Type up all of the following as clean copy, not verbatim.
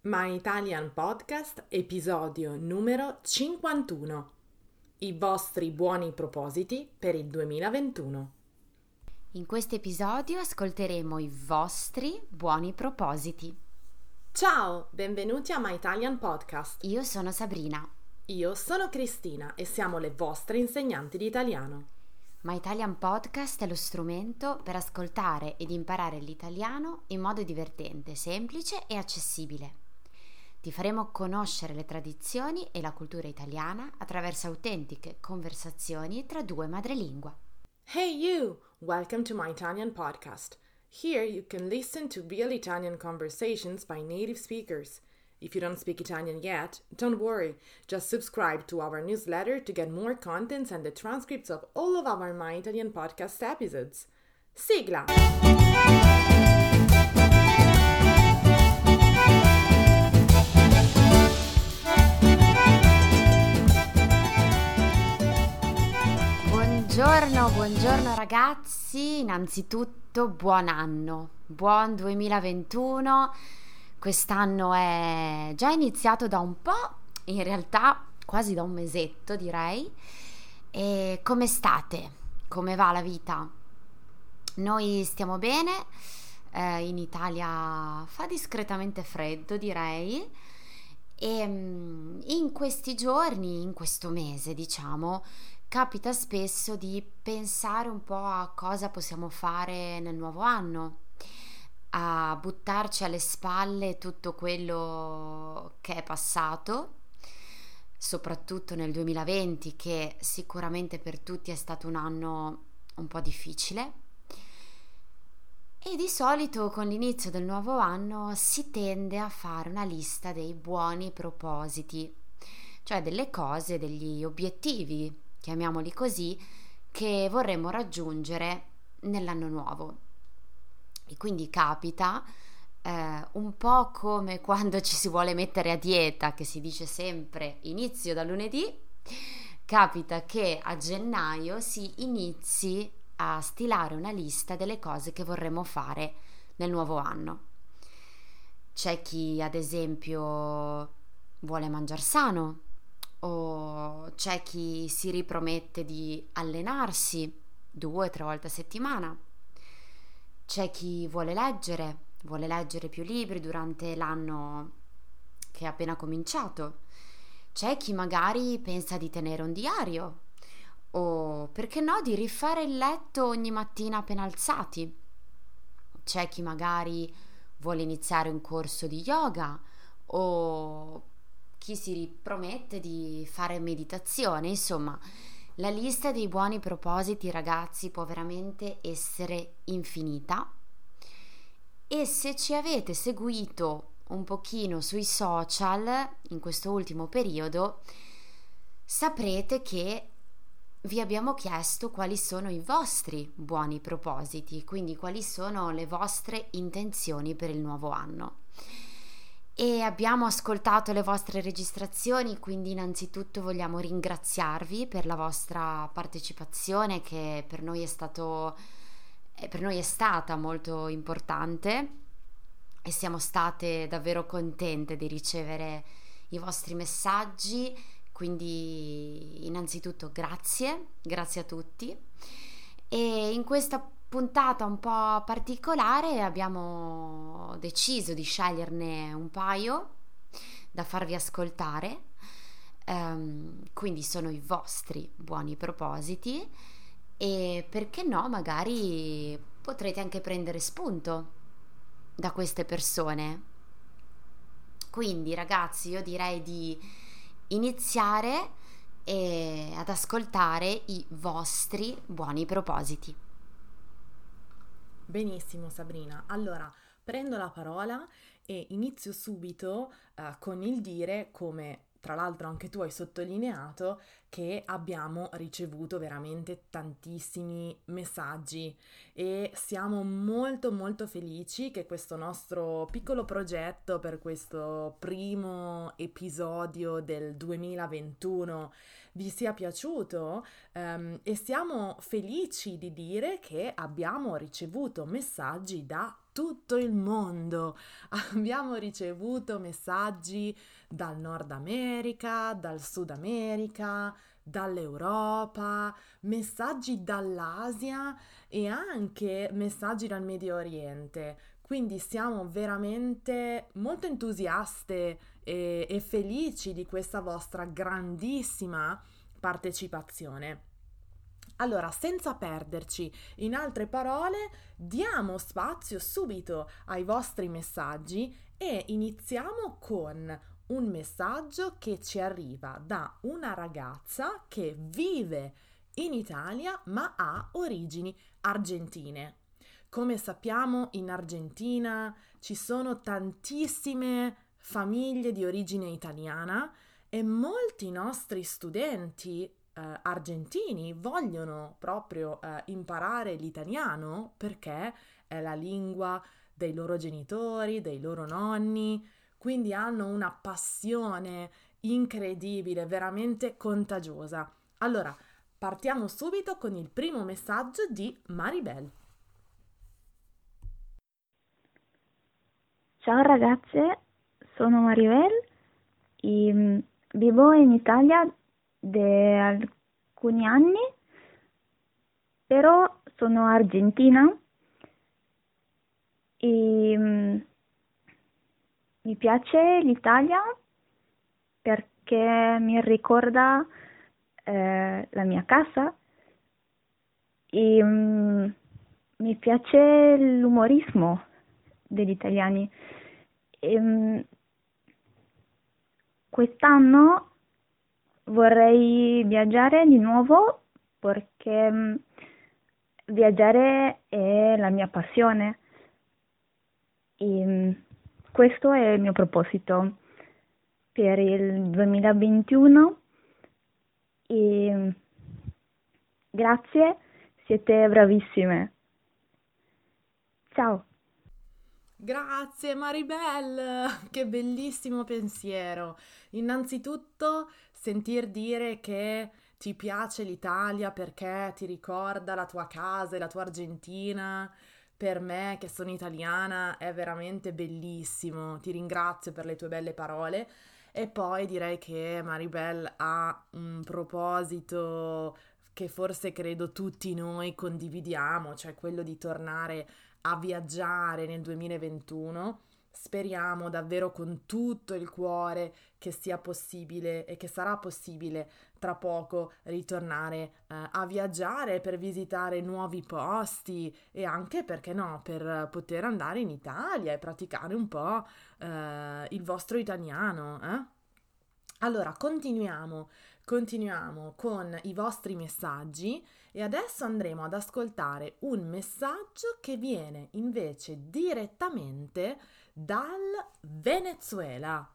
My Italian Podcast, episodio numero 51. I vostri buoni propositi per il 2021. In questo episodio ascolteremo i vostri buoni propositi. Ciao, benvenuti a My Italian Podcast. Io sono Sabrina. Io sono Cristina e siamo le vostre insegnanti di italiano. My Italian Podcast è lo strumento per ascoltare ed imparare l'italiano in modo divertente, semplice e accessibile. Ti faremo conoscere le tradizioni e la cultura italiana attraverso autentiche conversazioni tra due madrelingua. Hey you! Welcome to My Italian Podcast. Here you can listen to real Italian conversations by native speakers. If you don't speak Italian yet, don't worry. Just subscribe to our newsletter to get more contents and the transcripts of all of our My Italian Podcast episodes. Sigla! Buongiorno ragazzi, innanzitutto buon anno, buon 2021, quest'anno è già iniziato da un po', in realtà quasi da un mesetto direi. E come state? Come va la vita? Noi stiamo bene, in Italia fa discretamente freddo direi e in questi giorni, in questo mese diciamo, capita spesso di pensare un po' a cosa possiamo fare nel nuovo anno, a buttarci alle spalle tutto quello che è passato, soprattutto nel 2020, che sicuramente per tutti è stato un anno un po' difficile. E di solito con l'inizio del nuovo anno si tende a fare una lista dei buoni propositi, cioè delle cose, degli obiettivi, chiamiamoli così, che vorremmo raggiungere nell'anno nuovo. E quindi capita un po' come quando ci si vuole mettere a dieta, che si dice sempre inizio da lunedì, capita che a gennaio si inizi a stilare una lista delle cose che vorremmo fare nel nuovo anno. C'è chi ad esempio vuole mangiare sano, o c'è chi si ripromette di allenarsi 2 o 3 volte a settimana, c'è chi vuole leggere più libri durante l'anno che è appena cominciato, c'è chi magari pensa di tenere un diario o perché no di rifare il letto ogni mattina appena alzati, c'è chi magari vuole iniziare un corso di yoga o chi si ripromette di fare meditazione. Insomma, la lista dei buoni propositi, ragazzi, può veramente essere infinita. E se ci avete seguito un pochino sui social in questo ultimo periodo, saprete che vi abbiamo chiesto quali sono i vostri buoni propositi, quindi quali sono le vostre intenzioni per il nuovo anno. E abbiamo ascoltato le vostre registrazioni, quindi innanzitutto vogliamo ringraziarvi per la vostra partecipazione, che per noi è stata molto importante e siamo state davvero contente di ricevere i vostri messaggi, quindi innanzitutto grazie a tutti. E in questa puntata un po' particolare abbiamo deciso di sceglierne un paio da farvi ascoltare, quindi sono i vostri buoni propositi e perché no magari potrete anche prendere spunto da queste persone. Quindi ragazzi, io direi di iniziare ad ascoltare i vostri buoni propositi. Benissimo Sabrina, allora prendo la parola e inizio subito con il dire, come tra l'altro anche tu hai sottolineato, che abbiamo ricevuto veramente tantissimi messaggi e siamo molto molto felici che questo nostro piccolo progetto per questo primo episodio del 2021 vi sia piaciuto, e siamo felici di dire che abbiamo ricevuto messaggi da tutto il mondo. Abbiamo ricevuto messaggi dal Nord America, dal Sud America, dall'Europa, messaggi dall'Asia e anche messaggi dal Medio Oriente. Quindi siamo veramente molto entusiaste e felici di questa vostra grandissima partecipazione. Allora, senza perderci, in altre parole, diamo spazio subito ai vostri messaggi e iniziamo con un messaggio che ci arriva da una ragazza che vive in Italia ma ha origini argentine. Come sappiamo, in Argentina ci sono tantissime famiglie di origine italiana e molti nostri studenti argentini vogliono proprio imparare l'italiano perché è la lingua dei loro genitori, dei loro nonni, quindi hanno una passione incredibile, veramente contagiosa. Allora, partiamo subito con il primo messaggio di Maribel. Ciao ragazze, sono Maribel e vivo in Italia da alcuni anni, però sono argentina e mi piace l'Italia perché mi ricorda la mia casa e mi piace l'umorismo degli italiani. Quest'anno vorrei viaggiare di nuovo perché viaggiare è la mia passione e questo è il mio proposito per il 2021 e grazie, siete bravissime. Ciao. Grazie Maribel, che bellissimo pensiero. Innanzitutto sentir dire che ti piace l'Italia perché ti ricorda la tua casa e la tua Argentina, per me che sono italiana è veramente bellissimo. Ti ringrazio per le tue belle parole e poi direi che Maribel ha un proposito che forse credo tutti noi condividiamo, cioè quello di tornare a viaggiare nel 2021. Speriamo davvero con tutto il cuore che sia possibile e che sarà possibile tra poco ritornare a viaggiare per visitare nuovi posti e anche, perché no, per poter andare in Italia e praticare un po' il vostro italiano, eh? Allora, continuiamo con i vostri messaggi e adesso andremo ad ascoltare un messaggio che viene invece direttamente dal Venezuela.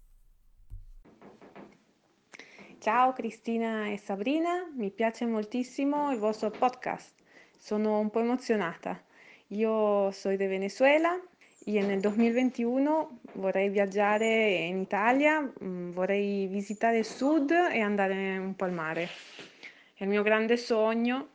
Ciao Cristina e Sabrina, mi piace moltissimo il vostro podcast, sono un po' emozionata. Io sono di Venezuela e nel 2021 vorrei viaggiare in Italia, vorrei visitare il sud e andare un po' al mare. È il mio grande sogno.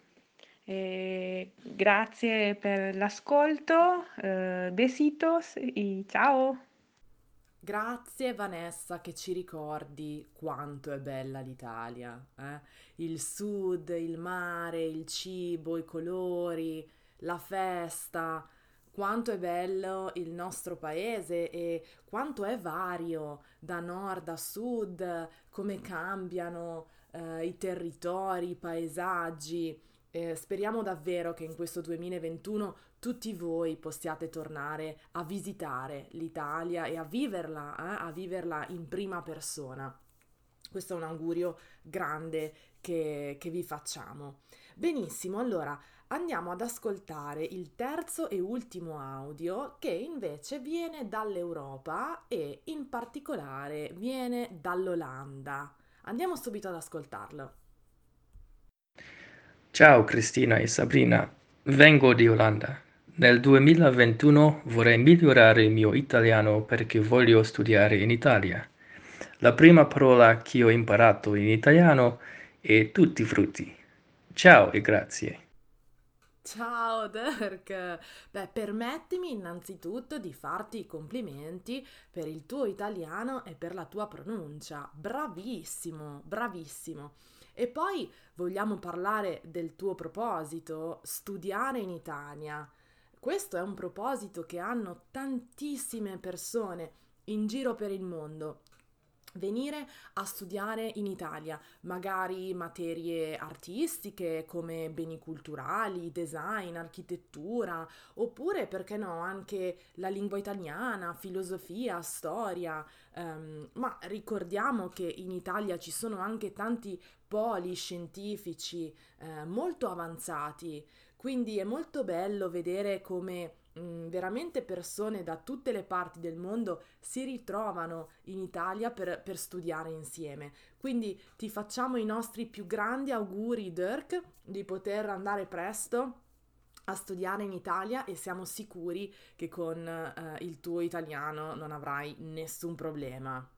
Grazie per l'ascolto, besitos e ciao! Grazie Vanessa che ci ricordi quanto è bella l'Italia, eh? Il sud, il mare, il cibo, i colori, la festa, quanto è bello il nostro paese e quanto è vario da nord a sud, come cambiano i territori, i paesaggi. Speriamo davvero che in questo 2021 tutti voi possiate tornare a visitare l'Italia e a viverla in prima persona. Questo è un augurio grande che vi facciamo. Benissimo, allora andiamo ad ascoltare il terzo e ultimo audio che invece viene dall'Europa e in particolare viene dall'Olanda. Andiamo subito ad ascoltarlo. Ciao Cristina e Sabrina, vengo di Olanda. Nel 2021 vorrei migliorare il mio italiano perché voglio studiare in Italia. La prima parola che ho imparato in italiano è tutti frutti. Ciao e grazie. Ciao Dirk! Beh, permettimi innanzitutto di farti i complimenti per il tuo italiano e per la tua pronuncia. Bravissimo, bravissimo. E poi vogliamo parlare del tuo proposito, studiare in Italia. Questo è un proposito che hanno tantissime persone in giro per il mondo. Venire a studiare in Italia, magari materie artistiche come beni culturali, design, architettura, oppure, perché no, anche la lingua italiana, filosofia, storia. Ma ricordiamo che in Italia ci sono anche tanti poli scientifici molto avanzati, quindi è molto bello vedere come veramente persone da tutte le parti del mondo si ritrovano in Italia per studiare insieme. Quindi ti facciamo i nostri più grandi auguri, Dirk, di poter andare presto a studiare in Italia e siamo sicuri che con il tuo italiano non avrai nessun problema.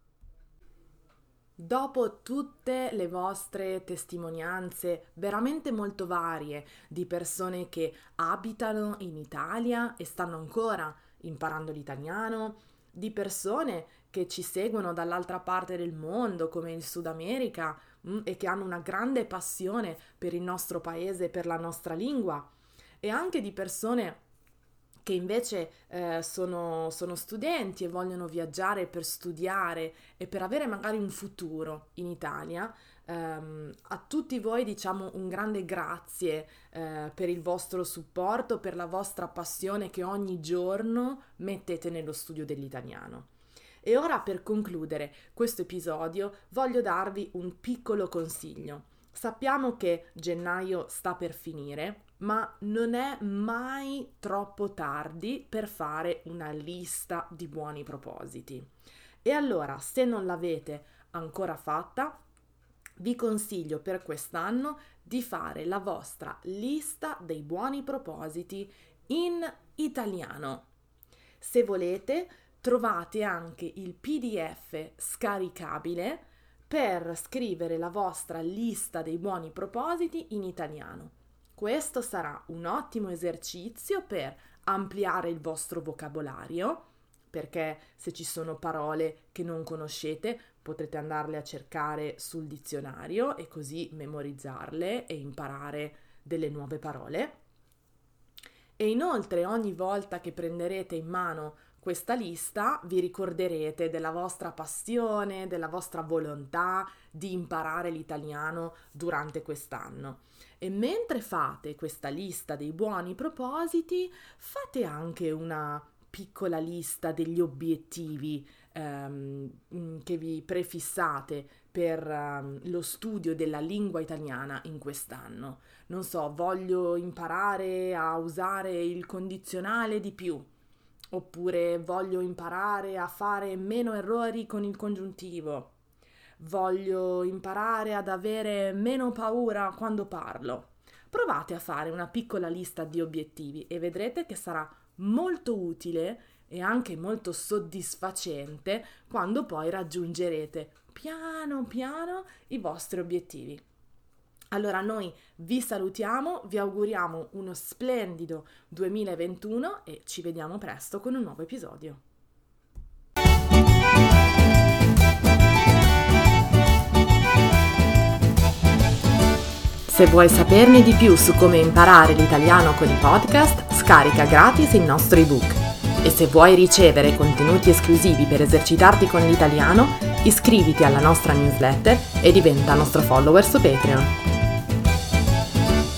Dopo tutte le vostre testimonianze veramente molto varie di persone che abitano in Italia e stanno ancora imparando l'italiano, di persone che ci seguono dall'altra parte del mondo come il Sud America e che hanno una grande passione per il nostro paese, per la nostra lingua, e anche di persone che invece sono studenti e vogliono viaggiare per studiare e per avere magari un futuro in Italia. A tutti voi diciamo un grande grazie per il vostro supporto, per la vostra passione che ogni giorno mettete nello studio dell'italiano. E ora, per concludere questo episodio, voglio darvi un piccolo consiglio. Sappiamo che gennaio sta per finire, ma non è mai troppo tardi per fare una lista di buoni propositi. E allora, se non l'avete ancora fatta, vi consiglio per quest'anno di fare la vostra lista dei buoni propositi in italiano. Se volete, trovate anche il PDF scaricabile per scrivere la vostra lista dei buoni propositi in italiano. Questo sarà un ottimo esercizio per ampliare il vostro vocabolario, perché se ci sono parole che non conoscete potrete andarle a cercare sul dizionario e così memorizzarle e imparare delle nuove parole. E inoltre ogni volta che prenderete in mano questa lista vi ricorderete della vostra passione, della vostra volontà di imparare l'italiano durante quest'anno. E mentre fate questa lista dei buoni propositi, fate anche una piccola lista degli obiettivi che vi prefissate per lo studio della lingua italiana in quest'anno. Non so, voglio imparare a usare il condizionale di più. Oppure voglio imparare a fare meno errori con il congiuntivo. Voglio imparare ad avere meno paura quando parlo. Provate a fare una piccola lista di obiettivi e vedrete che sarà molto utile e anche molto soddisfacente quando poi raggiungerete piano piano i vostri obiettivi. Allora noi vi salutiamo, vi auguriamo uno splendido 2021 e ci vediamo presto con un nuovo episodio. Se vuoi saperne di più su come imparare l'italiano con i podcast, scarica gratis il nostro ebook. E se vuoi ricevere contenuti esclusivi per esercitarti con l'italiano, iscriviti alla nostra newsletter e diventa nostro follower su Patreon.